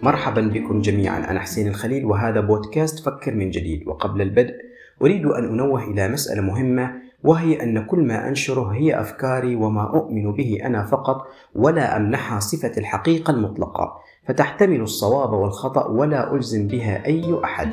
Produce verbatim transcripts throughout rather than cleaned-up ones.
مرحبا بكم جميعا، أنا حسين الخليل وهذا بودكاست فكر من جديد. وقبل البدء أريد أن أنوه إلى مسألة مهمة، وهي أن كل ما أنشره هي أفكاري وما أؤمن به أنا فقط، ولا أمنحها صفة الحقيقة المطلقة، فتحتمل الصواب والخطأ ولا ألزم بها أي أحد.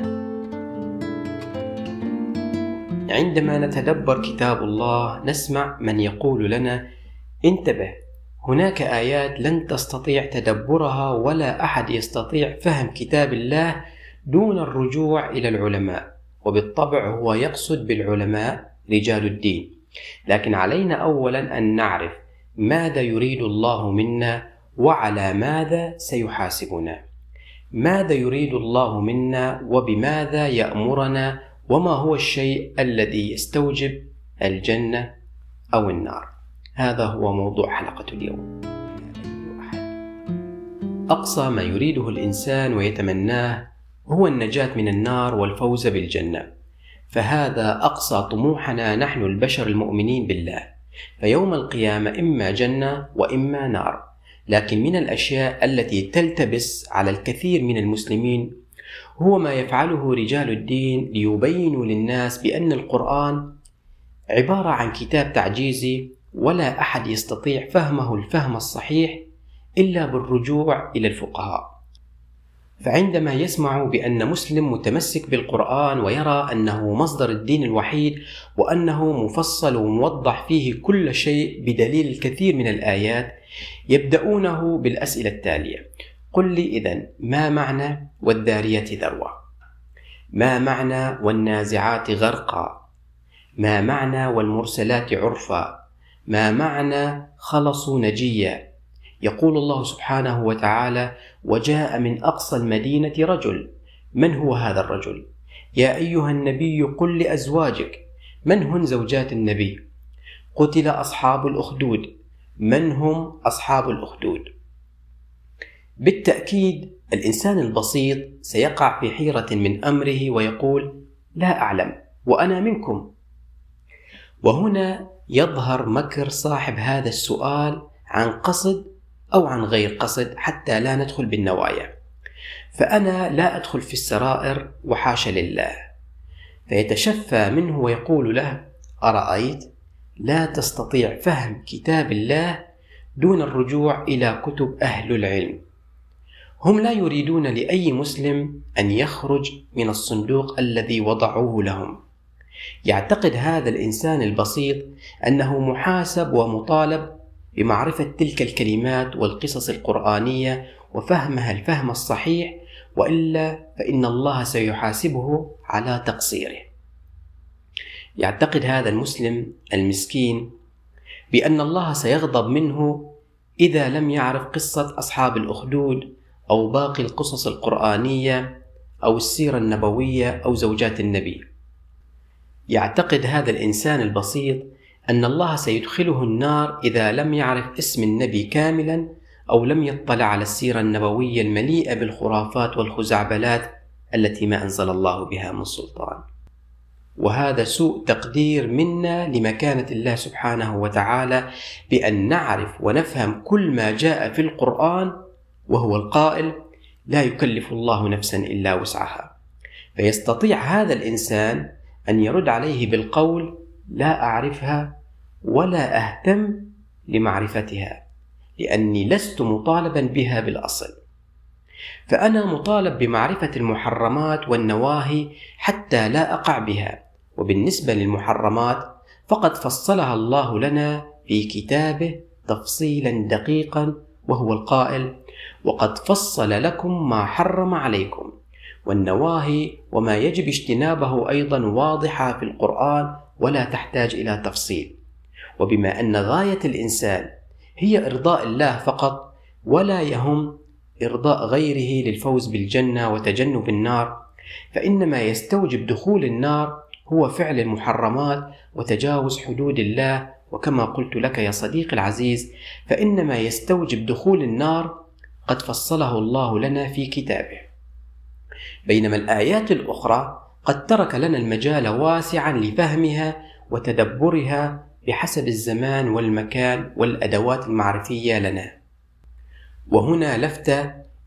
عندما نتدبر كتاب الله نسمع من يقول لنا: انتبه، هناك آيات لن تستطيع تدبرها ولا أحد يستطيع فهم كتاب الله دون الرجوع إلى العلماء. وبالطبع هو يقصد بالعلماء رجال الدين، لكن علينا أولا أن نعرف ماذا يريد الله منا وعلى ماذا سيحاسبنا. ماذا يريد الله منا وبماذا يأمرنا، وما هو الشيء الذي يستوجب الجنة أو النار. هذا هو موضوع حلقة اليوم. أقصى ما يريده الإنسان ويتمناه هو النجاة من النار والفوز بالجنة، فهذا أقصى طموحنا نحن البشر المؤمنين بالله. فيوم القيامة إما جنة وإما نار. لكن من الأشياء التي تلتبس على الكثير من المسلمين هو ما يفعله رجال الدين ليبينوا للناس بأن القرآن عبارة عن كتاب تعجيزي ولا أحد يستطيع فهمه الفهم الصحيح إلا بالرجوع إلى الفقهاء. فعندما يسمع بأن مسلم متمسك بالقرآن ويرى أنه مصدر الدين الوحيد وأنه مفصل وموضح فيه كل شيء بدليل الكثير من الآيات، يبدأونه بالأسئلة التالية: قل لي إذن ما معنى والذاريات ذروة؟ ما معنى والنازعات غرقا؟ ما معنى والمرسلات عرفا؟ ما معنى خلصوا نجيا؟ يقول الله سبحانه وتعالى: وجاء من أقصى المدينة رجل. من هو هذا الرجل؟ يا أيها النبي قل لأزواجك. من هن زوجات النبي؟ قتل أصحاب الأخدود. من هم أصحاب الأخدود؟ بالتأكيد الإنسان البسيط سيقع في حيرة من أمره ويقول: لا أعلم وأنا منكم. وهنا يظهر مكر صاحب هذا السؤال عن قصد أو عن غير قصد، حتى لا ندخل بالنوايا. فأنا لا أدخل في السرائر وحاشا لله. فيتشفى منه ويقول له: أرأيت؟ لا تستطيع فهم كتاب الله دون الرجوع إلى كتب أهل العلم. هم لا يريدون لأي مسلم أن يخرج من الصندوق الذي وضعوه لهم. يعتقد هذا الإنسان البسيط أنه محاسب ومطالب بمعرفة تلك الكلمات والقصص القرآنية وفهمها الفهم الصحيح، وإلا فإن الله سيحاسبه على تقصيره. يعتقد هذا المسلم المسكين بأن الله سيغضب منه إذا لم يعرف قصة أصحاب الأخدود أو باقي القصص القرآنية أو السيرة النبوية أو زوجات النبي. يعتقد هذا الإنسان البسيط أن الله سيدخله النار إذا لم يعرف اسم النبي كاملا أو لم يطلع على السيرة النبوية المليئة بالخرافات والخزعبلات التي ما أنزل الله بها من سلطان. وهذا سوء تقدير منا لمكانة الله سبحانه وتعالى بأن نعرف ونفهم كل ما جاء في القرآن، وهو القائل: لا يكلف الله نفسا إلا وسعها. فيستطيع هذا الإنسان أن يرد عليه بالقول: لا أعرفها ولا أهتم لمعرفتها، لأني لست مطالبا بها بالأصل. فأنا مطالب بمعرفة المحرمات والنواهي حتى لا أقع بها. وبالنسبة للمحرمات فقد فصلها الله لنا في كتابه تفصيلا دقيقا، وهو القائل: وقد فصل لكم ما حرم عليكم. والنواهي وما يجب اجتنابه أيضا واضحة في القرآن ولا تحتاج إلى تفصيل. وبما أن غاية الإنسان هي إرضاء الله فقط ولا يهم إرضاء غيره للفوز بالجنة وتجنب النار، فإنما يستوجب دخول النار هو فعل المحرمات وتجاوز حدود الله. وكما قلت لك يا صديقي العزيز، فإنما يستوجب دخول النار قد فصله الله لنا في كتابه، بينما الآيات الأخرى قد ترك لنا المجال واسعا لفهمها وتدبرها بحسب الزمان والمكان والأدوات المعرفية لنا. وهنا لفتة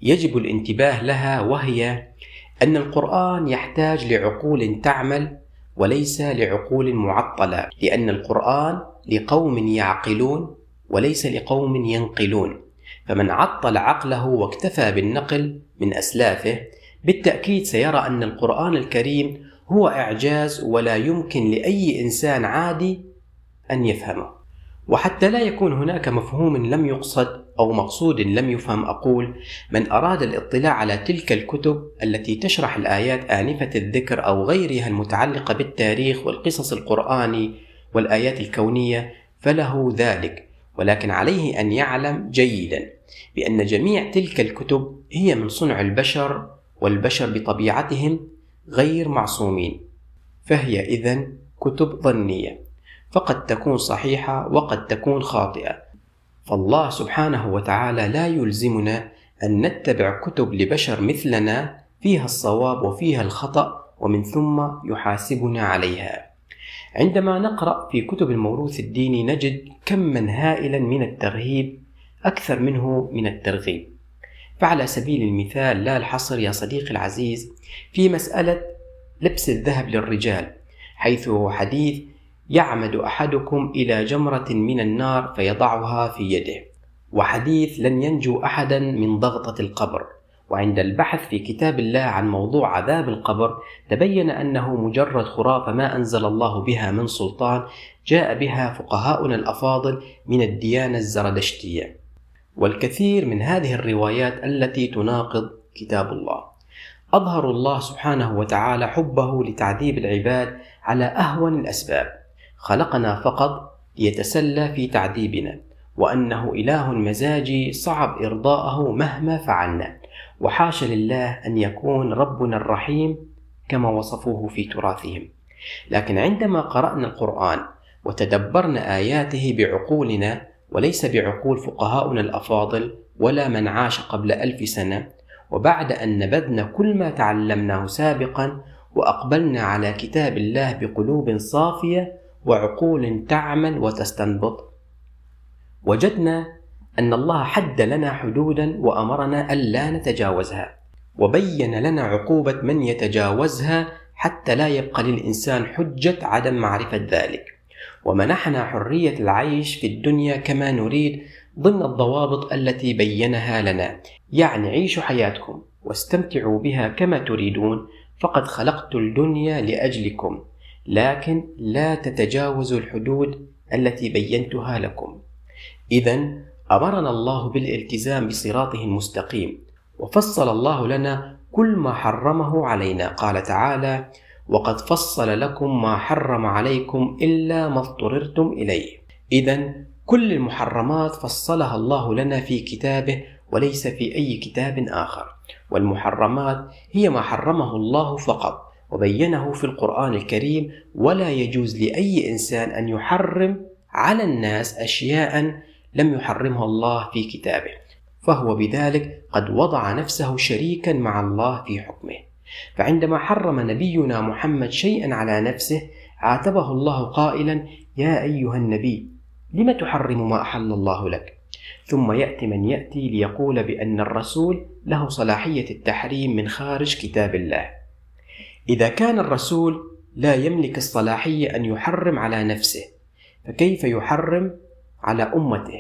يجب الانتباه لها، وهي أن القرآن يحتاج لعقول تعمل وليس لعقول معطلة، لأن القرآن لقوم يعقلون وليس لقوم ينقلون، فمن عطل عقله واكتفى بالنقل من أسلافه بالتأكيد سيرى أن القرآن الكريم هو إعجاز ولا يمكن لأي إنسان عادي أن يفهمه. وحتى لا يكون هناك مفهوم لم يقصد أو مقصود لم يفهم، أقول من أراد الاطلاع على تلك الكتب التي تشرح الآيات آنفة الذكر أو غيرها المتعلقة بالتاريخ والقصص القرآني والآيات الكونية فله ذلك، ولكن عليه أن يعلم جيدا بأن جميع تلك الكتب هي من صنع البشر، والبشر بطبيعتهم غير معصومين، فهي إذن كتب ظنية، فقد تكون صحيحة وقد تكون خاطئة. فالله سبحانه وتعالى لا يلزمنا أن نتبع كتب لبشر مثلنا فيها الصواب وفيها الخطأ ومن ثم يحاسبنا عليها. عندما نقرأ في كتب الموروث الديني نجد كماً هائلاً من الترهيب أكثر منه من الترغيب. فعلى سبيل المثال لا الحصر يا صديقي العزيز في مسألة لبس الذهب للرجال، حيث هو حديث يعمد أحدكم إلى جمرة من النار فيضعها في يده، وحديث لن ينجو أحدا من ضغطة القبر. وعند البحث في كتاب الله عن موضوع عذاب القبر تبين أنه مجرد خرافة ما أنزل الله بها من سلطان، جاء بها فقهاؤنا الأفاضل من الديانة الزردشتية، والكثير من هذه الروايات التي تناقض كتاب الله. أظهر الله سبحانه وتعالى حبه لتعذيب العباد على أهون الأسباب، خلقنا فقط ليتسلى في تعذيبنا، وأنه إله مزاجي صعب إرضاءه مهما فعلنا، وحاش لله أن يكون ربنا الرحيم كما وصفوه في تراثهم. لكن عندما قرأنا القرآن وتدبرنا آياته بعقولنا وليس بعقول فقهاؤنا الأفاضل ولا من عاش قبل ألف سنة، وبعد أن نبذنا كل ما تعلمناه سابقا وأقبلنا على كتاب الله بقلوب صافية وعقول تعمل وتستنبط، وجدنا أن الله حد لنا حدودا وأمرنا ألا نتجاوزها، وبين لنا عقوبة من يتجاوزها حتى لا يبقى للإنسان حجة عدم معرفة ذلك، ومنحنا حرية العيش في الدنيا كما نريد ضمن الضوابط التي بينها لنا. يعني عيشوا حياتكم واستمتعوا بها كما تريدون، فقد خلقت الدنيا لأجلكم، لكن لا تتجاوزوا الحدود التي بينتها لكم. إذن أمرنا الله بالالتزام بصراطه المستقيم، وفصل الله لنا كل ما حرمه علينا. قال تعالى: وقد فصل لكم ما حرم عليكم إلا ما اضطررتم إليه. إذن كل المحرمات فصلها الله لنا في كتابه وليس في أي كتاب آخر، والمحرمات هي ما حرمه الله فقط وبينه في القرآن الكريم، ولا يجوز لأي إنسان أن يحرم على الناس أشياء لم يحرمها الله في كتابه، فهو بذلك قد وضع نفسه شريكا مع الله في حكمه. فعندما حرم نبينا محمد شيئا على نفسه عاتبه الله قائلا: يا أيها النبي لم تحرم ما أحل الله لك؟ ثم يأتي من يأتي ليقول بأن الرسول له صلاحية التحريم من خارج كتاب الله. إذا كان الرسول لا يملك الصلاحية أن يحرم على نفسه، فكيف يحرم على أمته؟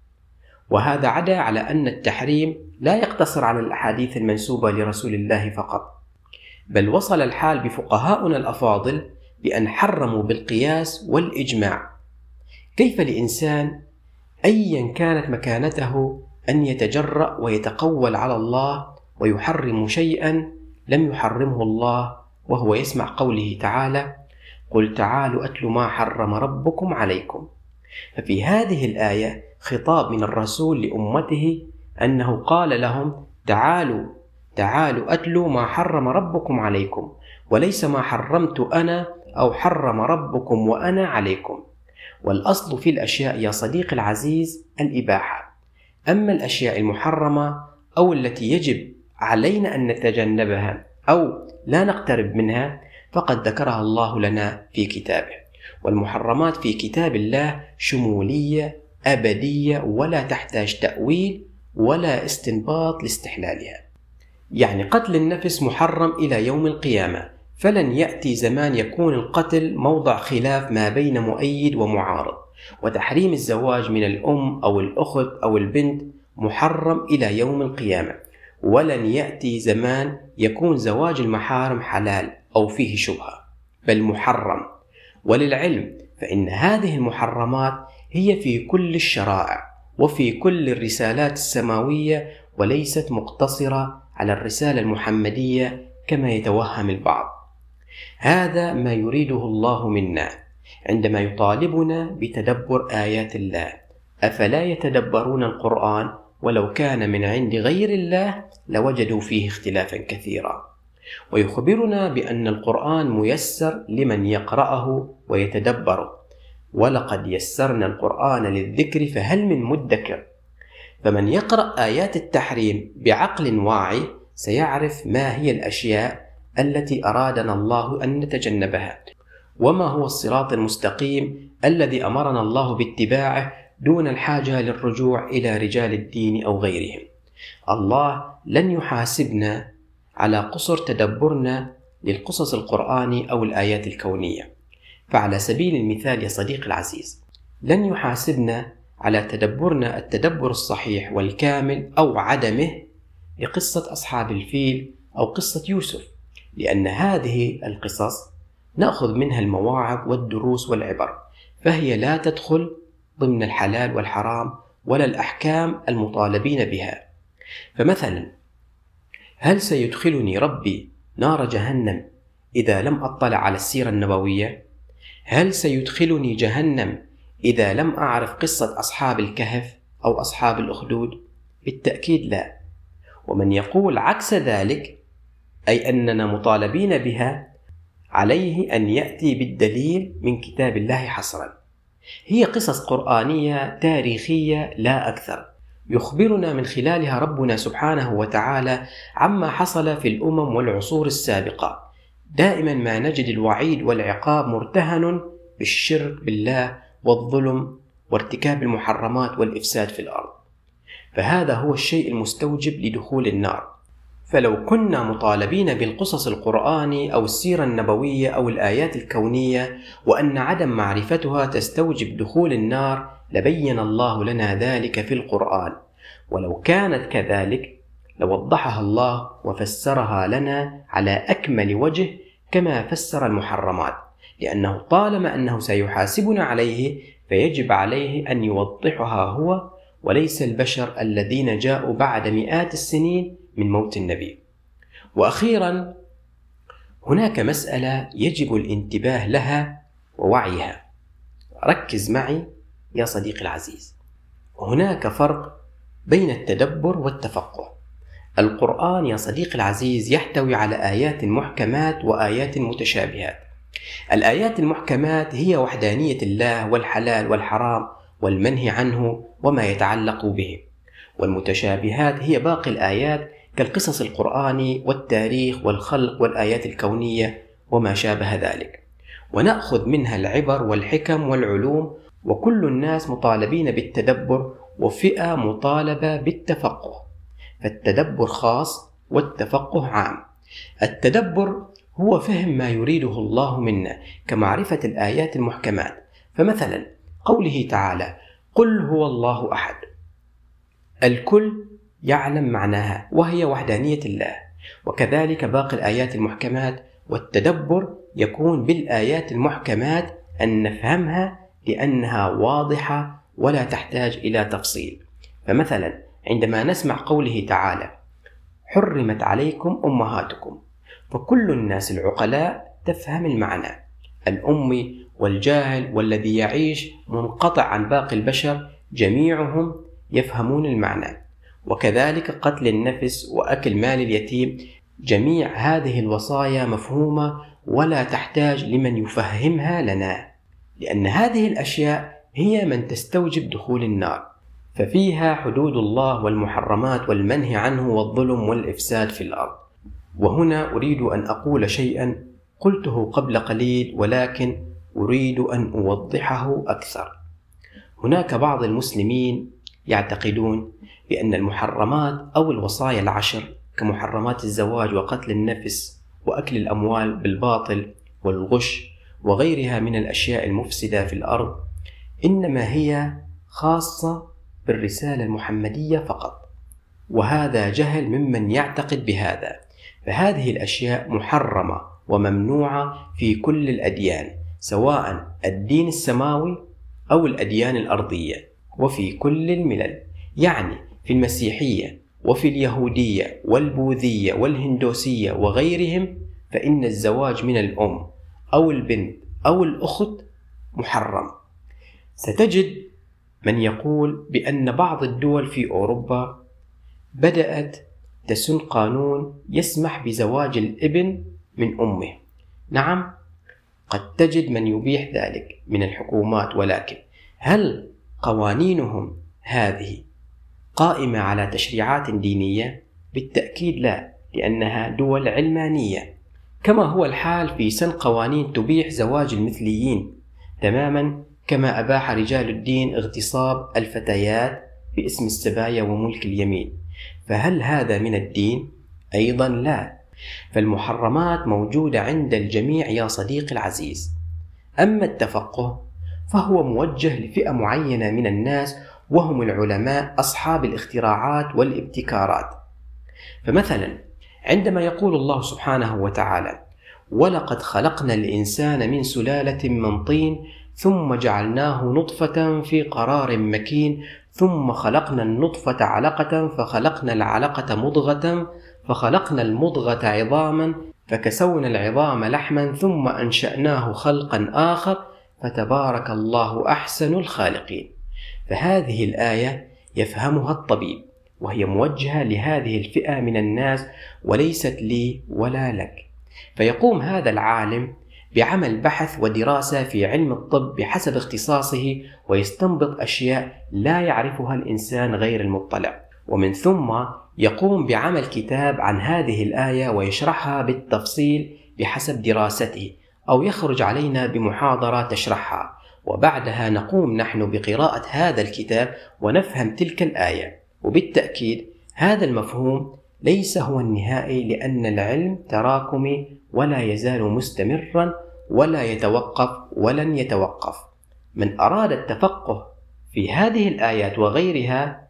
وهذا عدا على أن التحريم لا يقتصر على الأحاديث المنسوبة لرسول الله فقط، بل وصل الحال بفقهاؤنا الأفاضل بأن حرموا بالقياس والإجماع. كيف لإنسان أيا كانت مكانته أن يتجرأ ويتقول على الله ويحرم شيئا لم يحرمه الله، وهو يسمع قوله تعالى: قل تعالوا أتل ما حرم ربكم عليكم. ففي هذه الآية خطاب من الرسول لأمته أنه قال لهم: تعالوا تعالوا أتلوا ما حرم ربكم عليكم، وليس ما حرمت أنا أو حرم ربكم وأنا عليكم. والأصل في الأشياء يا صديقي العزيز الإباحة، أما الأشياء المحرمة أو التي يجب علينا أن نتجنبها أو لا نقترب منها فقد ذكرها الله لنا في كتابه. والمحرمات في كتاب الله شمولية أبدية ولا تحتاج تأويل ولا استنباط لاستحلالها. يعني قتل النفس محرم إلى يوم القيامة، فلن يأتي زمان يكون القتل موضع خلاف ما بين مؤيد ومعارض. وتحريم الزواج من الأم أو الأخت أو البنت محرم إلى يوم القيامة، ولن يأتي زمان يكون زواج المحارم حلال أو فيه شبهة، بل محرم. وللعلم فإن هذه المحرمات هي في كل الشرائع وفي كل الرسالات السماوية، وليست مقتصرة على الرسالة المحمدية كما يتوهم البعض. هذا ما يريده الله منا عندما يطالبنا بتدبر آيات الله. أفلا يتدبرون القرآن ولو كان من عند غير الله لوجدوا فيه اختلافا كثيرا. ويخبرنا بأن القرآن ميسر لمن يقرأه ويتدبره، ولقد يسرنا القرآن للذكر فهل من مدكر. فمن يقرأ آيات التحريم بعقل واعي سيعرف ما هي الأشياء التي أرادنا الله أن نتجنبها، وما هو الصراط المستقيم الذي أمرنا الله باتباعه دون الحاجة للرجوع إلى رجال الدين أو غيرهم. الله لن يحاسبنا على قصر تدبرنا للقصص القرآني أو الآيات الكونية. فعلى سبيل المثال يا صديقي العزيز، لن يحاسبنا على تدبرنا التدبر الصحيح والكامل أو عدمه لقصة أصحاب الفيل أو قصة يوسف، لأن هذه القصص نأخذ منها المواعظ والدروس والعبر، فهي لا تدخل ضمن الحلال والحرام ولا الأحكام المطالبين بها. فمثلا، هل سيدخلني ربي نار جهنم إذا لم أطلع على السيرة النبوية؟ هل سيدخلني جهنم إذا لم أعرف قصة أصحاب الكهف أو أصحاب الأخدود؟ بالتأكيد لا. ومن يقول عكس ذلك، أي أننا مطالبين بها، عليه أن يأتي بالدليل من كتاب الله حصرا. هي قصص قرآنية تاريخية لا أكثر، يخبرنا من خلالها ربنا سبحانه وتعالى عما حصل في الأمم والعصور السابقة. دائما ما نجد الوعيد والعقاب مرتهن بالشرك بالله والظلم وارتكاب المحرمات والإفساد في الأرض، فهذا هو الشيء المستوجب لدخول النار. فلو كنا مطالبين بالقصص القرآني أو السيرة النبوية أو الآيات الكونية وأن عدم معرفتها تستوجب دخول النار لبين الله لنا ذلك في القرآن، ولو كانت كذلك لوضحها الله وفسرها لنا على أكمل وجه كما فسر المحرمات، لأنه طالما أنه سيحاسبنا عليه فيجب عليه أن يوضحها هو وليس البشر الذين جاءوا بعد مئات السنين من موت النبي. وأخيرا، هناك مسألة يجب الانتباه لها ووعيها. ركز معي يا صديقي العزيز، هناك فرق بين التدبر والتفقه. القرآن يا صديقي العزيز يحتوي على آيات محكمات وآيات متشابهات. الآيات المحكمات هي وحدانية الله والحلال والحرام والمنهي عنه وما يتعلق به، والمتشابهات هي باقي الآيات كالقصص القرآني والتاريخ والخلق والآيات الكونية وما شابه ذلك، ونأخذ منها العبر والحكم والعلوم. وكل الناس مطالبين بالتدبر وفئة مطالبة بالتفقه، فالتدبر خاص والتفقه عام. التدبر هو فهم ما يريده الله منا كمعرفة الآيات المحكمات. فمثلا قوله تعالى: قل هو الله أحد، الكل يعلم معناها وهي وحدانية الله، وكذلك باقي الآيات المحكمات. والتدبر يكون بالآيات المحكمات أن نفهمها لأنها واضحة ولا تحتاج إلى تفصيل. فمثلا عندما نسمع قوله تعالى: حرمت عليكم أمهاتكم، فكل الناس العقلاء تفهم المعنى. الأمي والجاهل والذي يعيش منقطع عن باقي البشر جميعهم يفهمون المعنى. وكذلك قتل النفس وأكل مال اليتيم، جميع هذه الوصايا مفهومة ولا تحتاج لمن يفهمها لنا، لأن هذه الأشياء هي من تستوجب دخول النار، ففيها حدود الله والمحرمات والمنهي عنه والظلم والإفساد في الأرض. وهنا أريد أن أقول شيئا قلته قبل قليل ولكن أريد أن أوضحه أكثر. هناك بعض المسلمين يعتقدون بأن المحرمات أو الوصايا العشر كمحرمات الزواج وقتل النفس وأكل الأموال بالباطل والغش وغيرها من الأشياء المفسدة في الأرض إنما هي خاصة بالرسالة المحمدية فقط، وهذا جهل ممن يعتقد بهذا. فهذه الأشياء محرمة وممنوعة في كل الأديان، سواء الدين السماوي أو الأديان الأرضية، وفي كل الملل، يعني في المسيحية وفي اليهودية والبوذية والهندوسية وغيرهم، فإن الزواج من الأم أو البنت أو الأخت محرم. ستجد من يقول بأن بعض الدول في أوروبا بدأت تسن قانون يسمح بزواج الابن من أمه. نعم، قد تجد من يبيح ذلك من الحكومات، ولكن هل قوانينهم هذه قائمة على تشريعات دينية؟ بالتأكيد لا، لأنها دول علمانية، كما هو الحال في سن قوانين تبيح زواج المثليين تماما كما أباح رجال الدين اغتصاب الفتيات باسم السبايا وملك اليمين. فهل هذا من الدين؟ أيضا لا. فالمحرمات موجودة عند الجميع يا صديقي العزيز. أما التفقه فهو موجه لفئة معينة من الناس، وهم العلماء أصحاب الاختراعات والابتكارات. فمثلا عندما يقول الله سبحانه وتعالى: ولقد خلقنا الإنسان من سلالة من طين ثم جعلناه نطفة في قرار مكين ثم خلقنا النطفة علقة فخلقنا العلقة مضغة فخلقنا المضغة عظاما فكسونا العظام لحما ثم أنشأناه خلقا آخر فتبارك الله أحسن الخالقين. فهذه الآية يفهمها الطبيب، وهي موجهة لهذه الفئة من الناس وليست لي ولا لك. فيقوم هذا العالم بعمل بحث ودراسة في علم الطب بحسب اختصاصه، ويستنبط أشياء لا يعرفها الإنسان غير المطلع، ومن ثم يقوم بعمل كتاب عن هذه الآية ويشرحها بالتفصيل بحسب دراسته، أو يخرج علينا بمحاضرة تشرحها، وبعدها نقوم نحن بقراءة هذا الكتاب ونفهم تلك الآية. وبالتأكيد هذا المفهوم ليس هو النهائي، لأن العلم تراكمي ولا يزال مستمرا ولا يتوقف ولن يتوقف. من أراد التفقه في هذه الآيات وغيرها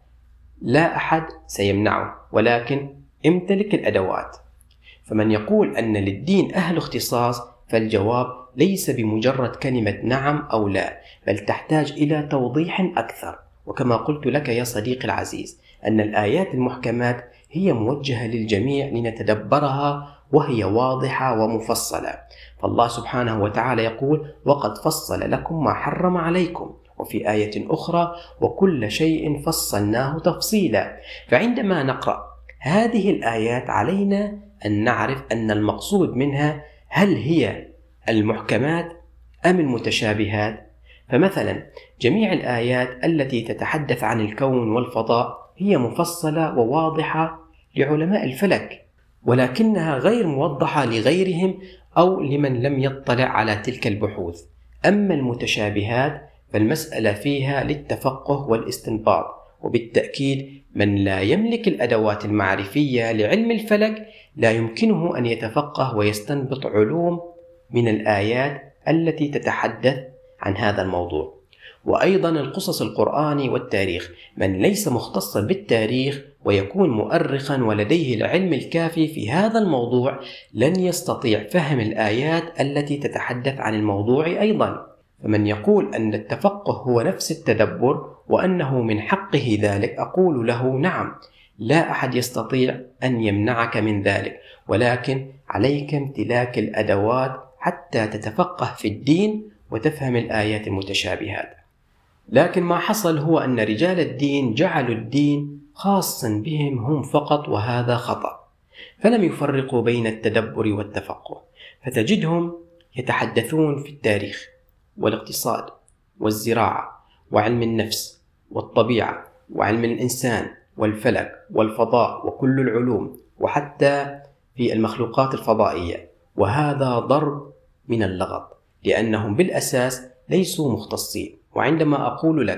لا أحد سيمنعه، ولكن امتلك الأدوات. فمن يقول أن للدين أهل اختصاص، فالجواب ليس بمجرد كلمة نعم أو لا، بل تحتاج إلى توضيح أكثر. وكما قلت لك يا صديقي العزيز أن الآيات المحكمات هي موجهة للجميع لنتدبرها، وهي واضحة ومفصلة. فالله سبحانه وتعالى يقول: وقد فصل لكم ما حرم عليكم، وفي آية أخرى: وكل شيء فصلناه تفصيلا. فعندما نقرأ هذه الآيات علينا أن نعرف أن المقصود منها هل هي المحكمات أم المتشابهات. فمثلا جميع الآيات التي تتحدث عن الكون والفضاء هي مفصلة وواضحة لعلماء الفلك، ولكنها غير موضحة لغيرهم أو لمن لم يطلع على تلك البحوث. أما المتشابهات فالمسألة فيها للتفقه والاستنباط، وبالتأكيد من لا يملك الأدوات المعرفية لعلم الفلك لا يمكنه أن يتفقه ويستنبط علوم من الآيات التي تتحدث عن هذا الموضوع. وأيضا القصص القرآني والتاريخ، من ليس مختصا بالتاريخ ويكون مؤرخا ولديه العلم الكافي في هذا الموضوع لن يستطيع فهم الآيات التي تتحدث عن الموضوع أيضا. فمن يقول أن التفقه هو نفس التدبر وأنه من حقه ذلك، أقول له نعم، لا أحد يستطيع أن يمنعك من ذلك، ولكن عليك امتلاك الأدوات حتى تتفقه في الدين وتفهم الآيات المتشابهات. لكن ما حصل هو أن رجال الدين جعلوا الدين خاصا بهم هم فقط، وهذا خطأ. فلم يفرقوا بين التدبر والتفقه، فتجدهم يتحدثون في التاريخ والاقتصاد والزراعة وعلم النفس والطبيعة وعلم الإنسان والفلك والفضاء وكل العلوم، وحتى في المخلوقات الفضائية، وهذا ضرب من اللغط، لأنهم بالأساس ليسوا مختصين. وعندما أقول لك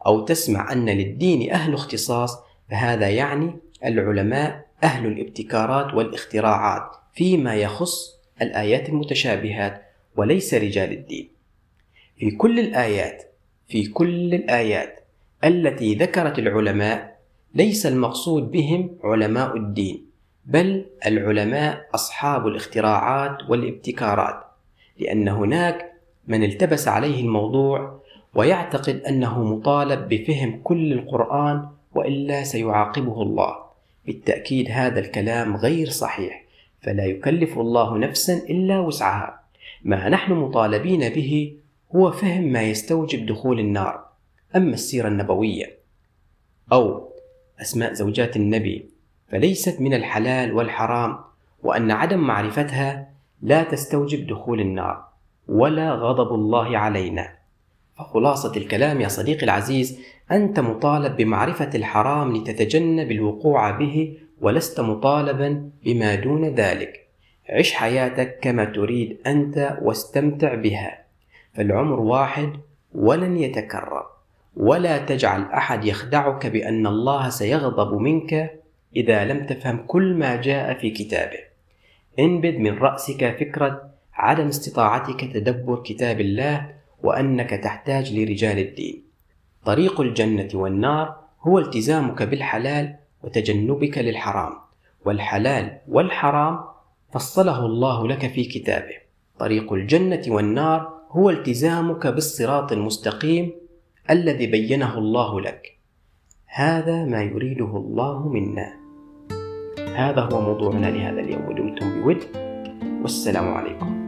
أو تسمع أن للدين أهل اختصاص، فهذا يعني العلماء أهل الابتكارات والاختراعات فيما يخص الآيات المتشابهات وليس رجال الدين. في كل الآيات في كل الآيات التي ذكرت العلماء ليس المقصود بهم علماء الدين، بل العلماء أصحاب الاختراعات والابتكارات، لأن هناك من التبس عليه الموضوع ويعتقد أنه مطالب بفهم كل القرآن وإلا سيعاقبه الله. بالتأكيد هذا الكلام غير صحيح، فلا يكلف الله نفسا إلا وسعها. ما نحن مطالبين به هو فهم ما يستوجب دخول النار. أما السيرة النبوية أو أسماء زوجات النبي فليست من الحلال والحرام، وأن عدم معرفتها لا تستوجب دخول النار ولا غضب الله علينا. فخلاصة الكلام يا صديقي العزيز، أنت مطالب بمعرفة الحرام لتتجنب الوقوع به، ولست مطالبا بما دون ذلك. عش حياتك كما تريد أنت واستمتع بها، فالعمر واحد ولن يتكرر. ولا تجعل أحد يخدعك بأن الله سيغضب منك إذا لم تفهم كل ما جاء في كتابه. انبذ من رأسك فكرة عدم استطاعتك تدبر كتاب الله وأنك تحتاج لرجال الدين. طريق الجنة والنار هو التزامك بالحلال وتجنبك للحرام، والحلال والحرام فصله الله لك في كتابه. طريق الجنة والنار هو التزامك بالصراط المستقيم الذي بينه الله لك. هذا ما يريده الله منا. هذا هو موضوعنا لهذا اليوم، ودمتم بود، والسلام عليكم.